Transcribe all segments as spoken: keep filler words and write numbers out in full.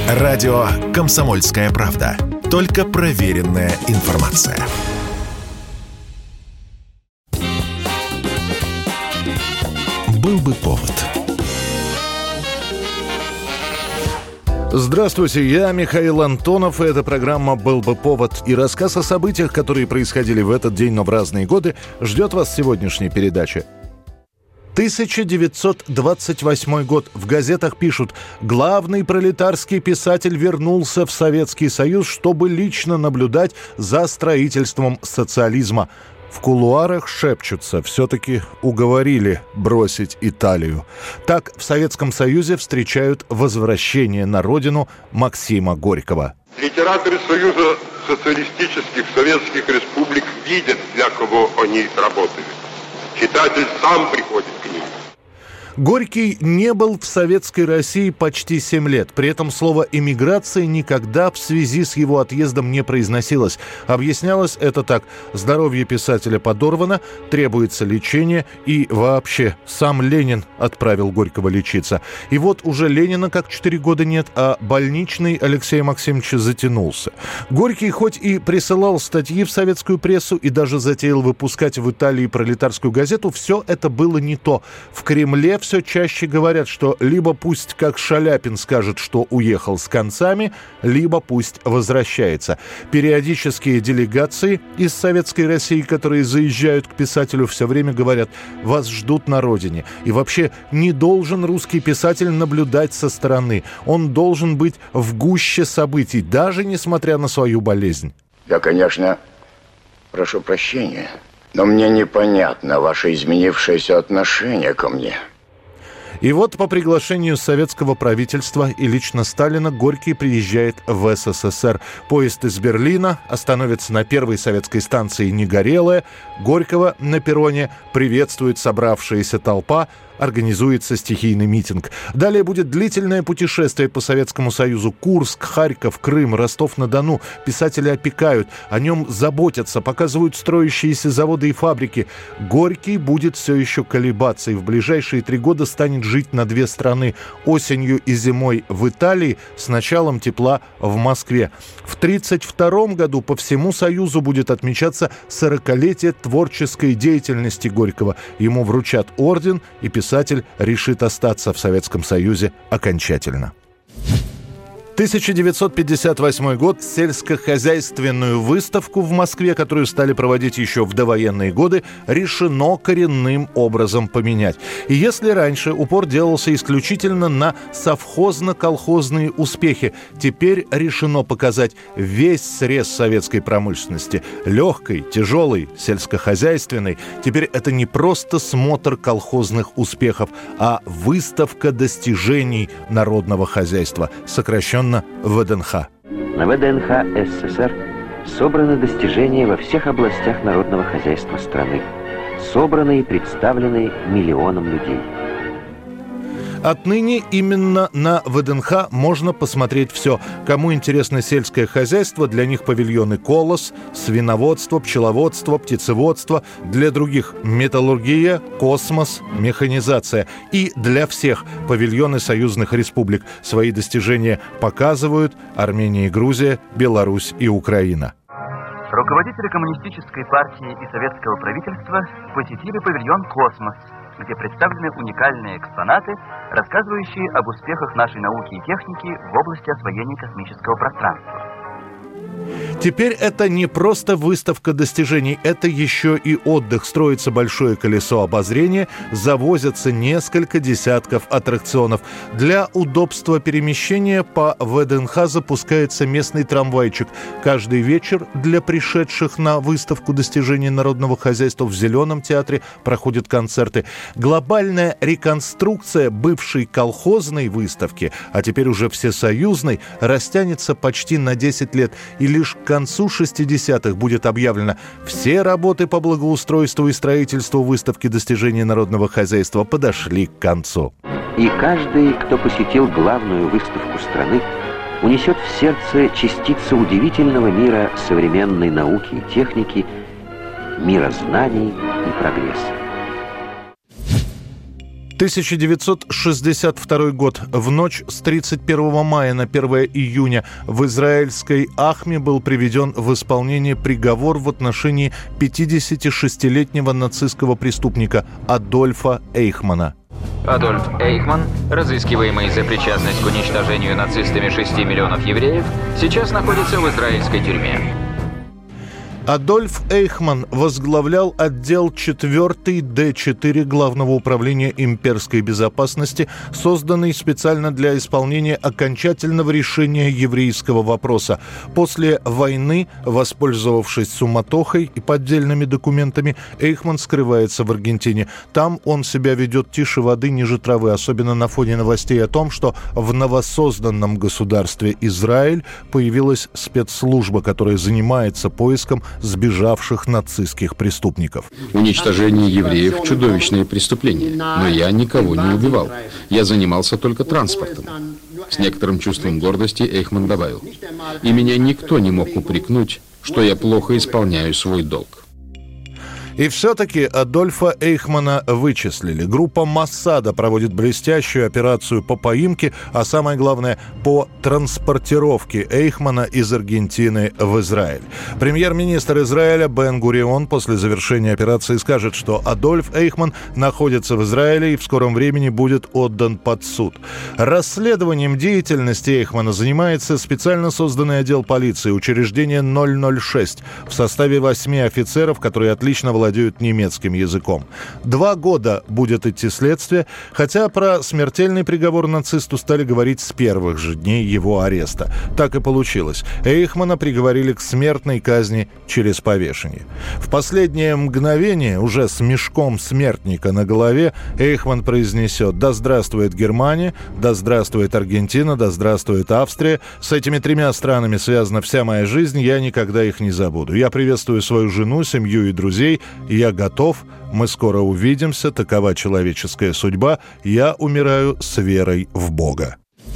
Радио «Комсомольская правда». Только проверенная информация. Был бы повод. Здравствуйте, я Михаил Антонов, и эта программа «Был бы повод». И рассказ о событиях, которые происходили в этот день, но в разные годы, ждет вас в сегодняшней передаче. тысяча девятьсот двадцать восьмой год. В газетах пишут: главный пролетарский писатель вернулся в Советский Союз, чтобы лично наблюдать за строительством социализма. В кулуарах шепчутся: все-таки уговорили бросить Италию. Так в Советском Союзе встречают возвращение на родину Максима Горького. Литераторы Союза социалистических советских республик видят, для кого они работают. Читатель сам приходит к ним. Горький не был в Советской России почти семь лет. При этом слово «эмиграция» никогда в связи с его отъездом не произносилось. Объяснялось это так: здоровье писателя подорвано, требуется лечение, и вообще сам Ленин отправил Горького лечиться. И вот уже Ленина как четыре года нет, а больничный Алексея Максимовича затянулся. Горький хоть и присылал статьи в советскую прессу и даже затеял выпускать в Италии пролетарскую газету, все это было не то. В Кремле все чаще говорят, что либо пусть, как Шаляпин, скажет, что уехал с концами, либо пусть возвращается. Периодические делегации из Советской России, которые заезжают к писателю, все время говорят: вас ждут на родине. И вообще не должен русский писатель наблюдать со стороны. Он должен быть в гуще событий, даже несмотря на свою болезнь. Я, конечно, прошу прощения, но мне непонятно ваше изменившееся отношение ко мне. И вот по приглашению советского правительства и лично Сталина Горький приезжает в СССР. Поезд из Берлина остановится на первой советской станции Негорелая. Горького на перроне приветствует собравшаяся толпа. Организуется стихийный митинг. Далее будет длительное путешествие по Советскому Союзу. Курск, Харьков, Крым, Ростов-на-Дону. Писатели опекают, о нем заботятся, показывают строящиеся заводы и фабрики. Горький будет все еще колебаться и в ближайшие три года станет жить на две страны. Осенью и зимой в Италии, с началом тепла в Москве. В тридцать втором году по всему Союзу будет отмечаться сорокалетие творческой деятельности Горького. Ему вручат орден, и писатель Писатель решит остаться в Советском Союзе окончательно. тысяча девятьсот пятьдесят восьмой год. Сельскохозяйственную выставку в Москве, которую стали проводить еще в довоенные годы, решено коренным образом поменять. И если раньше упор делался исключительно на совхозно-колхозные успехи, теперь решено показать весь срез советской промышленности. Легкой, тяжелой, сельскохозяйственной. Теперь это не просто смотр колхозных успехов, а выставка достижений народного хозяйства, сокращенно ВДНХ. На ВДНХ СССР собраны достижения во всех областях народного хозяйства страны, собраны и представлены миллионам людей. Отныне именно на ВДНХ можно посмотреть все. Кому интересно сельское хозяйство, для них павильоны колос, свиноводство, пчеловодство, птицеводство. Для других металлургия, космос, механизация. И для всех павильоны союзных республик. Свои достижения показывают Армения и Грузия, Беларусь и Украина. Руководители коммунистической партии и советского правительства посетили павильон «Космос», где представлены уникальные экспонаты, рассказывающие об успехах нашей науки и техники в области освоения космического пространства. Теперь это не просто выставка достижений, это еще и отдых. Строится большое колесо обозрения, завозятся несколько десятков аттракционов. Для удобства перемещения по ВДНХ запускается местный трамвайчик. Каждый вечер для пришедших на выставку достижений народного хозяйства в Зеленом театре проходят концерты. Глобальная реконструкция бывшей колхозной выставки, а теперь уже всесоюзной, растянется почти на десять лет. И лишь к концу шестидесятых будет объявлено: все работы по благоустройству и строительству выставки достижений народного хозяйства подошли к концу. И каждый, кто посетил главную выставку страны, унесет в сердце частицу удивительного мира современной науки и техники, мира знаний и прогресса. тысяча девятьсот шестьдесят второй год. В ночь с тридцать первого мая на первое июня в израильской Ахме был приведен в исполнение приговор в отношении пятидесятишестилетнего нацистского преступника Адольфа Эйхмана. Адольф Эйхман, разыскиваемый за причастность к уничтожению нацистами шести миллионов евреев, сейчас находится в израильской тюрьме. Адольф Эйхман возглавлял отдел четыре Д четыре Главного управления имперской безопасности, созданный специально для исполнения окончательного решения еврейского вопроса. После войны, воспользовавшись суматохой и поддельными документами, Эйхман скрывается в Аргентине. Там он себя ведет тише воды, ниже травы, особенно на фоне новостей о том, что в новосозданном государстве Израиль появилась спецслужба, которая занимается поиском сбежавших нацистских преступников. Уничтожение евреев – чудовищное преступление. Но я никого не убивал. Я занимался только транспортом. С некоторым чувством гордости Эйхман добавил: «И меня никто не мог упрекнуть, что я плохо исполняю свой долг». И все-таки Адольфа Эйхмана вычислили. Группа Моссада проводит блестящую операцию по поимке, а самое главное, по транспортировке Эйхмана из Аргентины в Израиль. Премьер-министр Израиля Бен-Гурион после завершения операции скажет, что Адольф Эйхман находится в Израиле и в скором времени будет отдан под суд. Расследованием деятельности Эйхмана занимается специально созданный отдел полиции, учреждение ноль ноль шесть, в составе восьми офицеров, которые отлично владеют владеют немецким языком. Два года будет идти следствие, хотя про смертельный приговор нацисту стали говорить с первых же дней его ареста. Так и получилось. Эйхмана приговорили к смертной казни через повешение. В последнее мгновение, уже с мешком смертника на голове, Эйхман произнесет: «Да здравствует Германия, да здравствует Аргентина, да здравствует Австрия. С этими тремя странами связана вся моя жизнь, я никогда их не забуду. Я приветствую свою жену, семью и друзей. Я готов, мы скоро увидимся, такова человеческая судьба, я умираю с верой в Бога».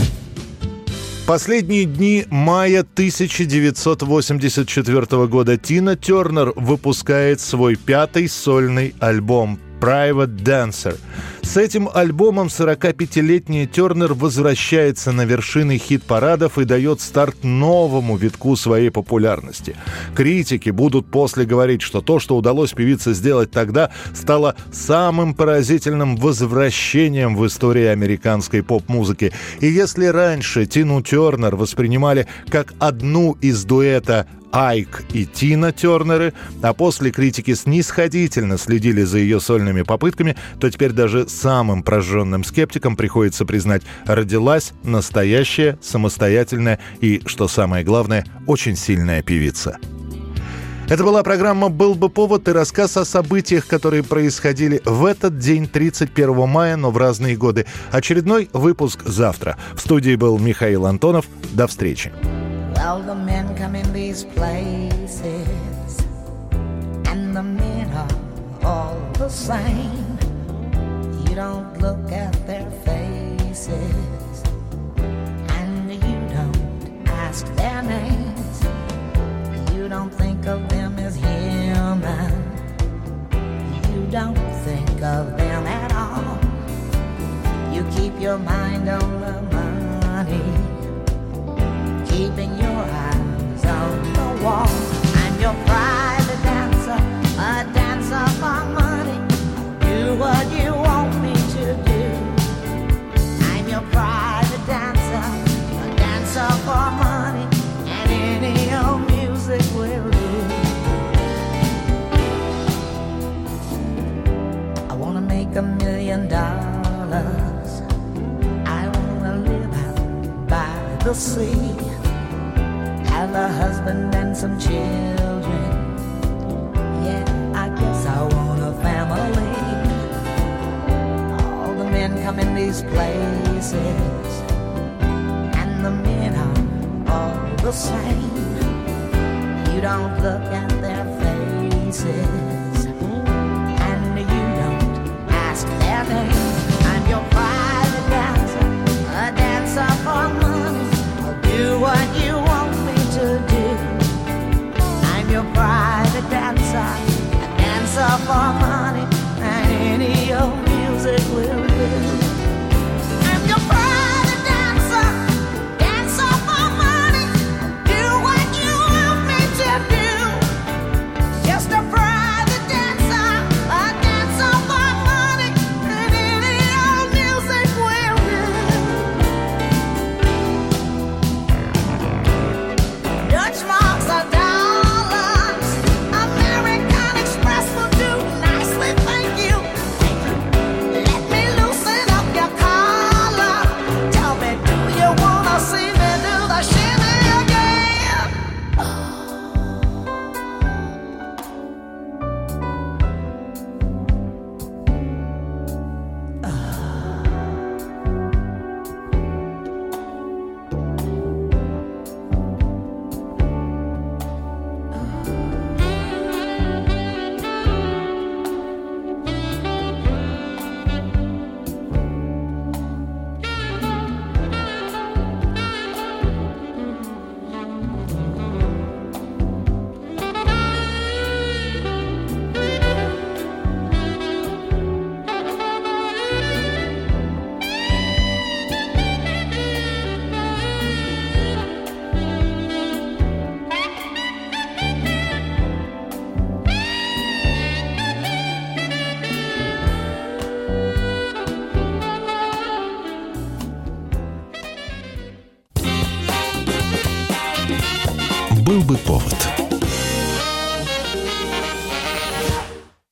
Последние дни мая тысяча девятьсот восемьдесят четвёртого года Тина Тернер выпускает свой пятый сольный альбом «Private Dancer». С этим альбомом сорокапятилетняя Тернер возвращается на вершины хит-парадов и дает старт новому витку своей популярности. Критики будут после говорить, что то, что удалось певице сделать тогда, стало самым поразительным возвращением в истории американской поп-музыки. И если раньше Тину Тернер воспринимали как одну из дуэта Айк и Тина Тернеры, а после критики снисходительно следили за ее сольными попытками, то теперь даже самым прожженным скептикам приходится признать: родилась настоящая, самостоятельная и, что самое главное, очень сильная певица. Это была программа «Был бы повод» и рассказ о событиях, которые происходили в этот день, тридцать первого мая, но в разные годы. Очередной выпуск завтра. В студии был Михаил Антонов. До встречи. Well, the men come in these places, and the men are all the same. You don't look at their faces, and you don't ask their names. You don't think of them as human. You don't think of them at all. You keep your mind on the money, keeping your eyes on the wall. I'm your private dancer, a dancer for money. Do what you want me to do. I'm your private dancer, a dancer for money, and any old music will do. I wanna make a million dollars. I wanna live out by the sea, have a husband and some children. Yeah, I guess I want a family. All the men come in these places, and the men are all the same. You don't look at their faces, and you don't ask their name. I'm your private dancer, a dancer for money. I'll do what you want me to do. I'm your private dancer, a dancer for money, and any old music will do. Был бы повод.